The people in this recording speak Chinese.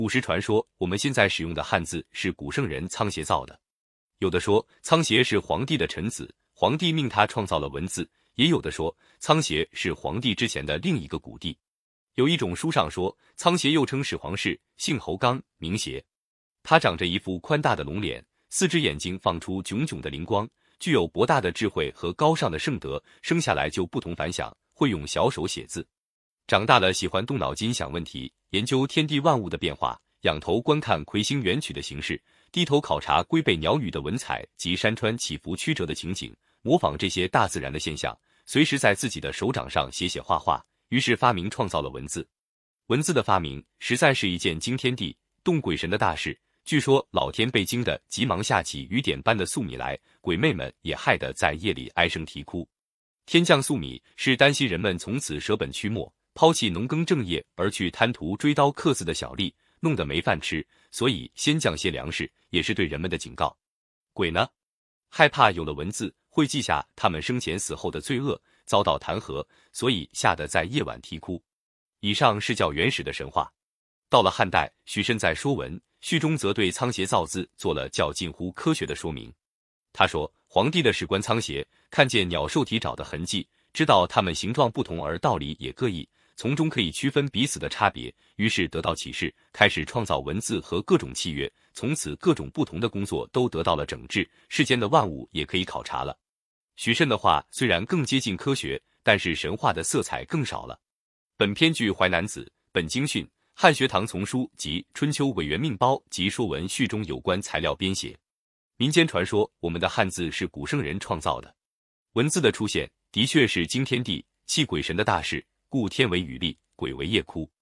古时传说，我们现在使用的汉字是古圣人仓颉造的。有的说仓颉是皇帝的臣子，皇帝命他创造了文字；也有的说仓颉是皇帝之前的另一个古帝。有一种书上说，仓颉又称始皇氏，姓侯刚，名颉。他长着一副宽大的龙脸，4只眼睛放出炯炯的灵光，具有博大的智慧和高尚的圣德，生下来就不同凡响，会用小手写字。长大了喜欢动脑筋想问题，研究天地万物的变化，仰头观看魁星远曲的形式，低头考察龟背鸟语的文采及山川起伏曲折的情景，模仿这些大自然的现象，随时在自己的手掌上写画画，于是发明创造了文字。文字的发明实在是一件惊天地动鬼神的大事。据说老天被惊得急忙下起雨点般的粟米来，鬼魅们也害得在夜里唉声啼哭。天降粟米是担心人们从此舍本驱末，抛弃农耕正业而去贪图追刀刻字的小利，弄得没饭吃，所以先降些粮食，也是对人们的警告。鬼呢，害怕有了文字会记下他们生前死后的罪恶，遭到弹劾，所以吓得在夜晚啼哭。以上是较原始的神话。到了汉代，许慎在《说文》序中则对仓颉造字做了较近乎科学的说明。他说，皇帝的史官仓颉看见鸟兽体爪的痕迹，知道它们形状不同而道理也各异，从中可以区分彼此的差别，于是得到启示，开始创造文字和各种契约，从此各种不同的工作都得到了整治，世间的万物也可以考察了。许慎的话虽然更接近科学，但是神话的色彩更少了。本篇据《淮南子》、本经训、汉学堂丛书及春秋委员命包及说文序中有关材料编写。民间传说，我们的汉字是古圣人创造的。文字的出现的确是惊天地泣鬼神的大事，故天为雨力，鬼为夜哭。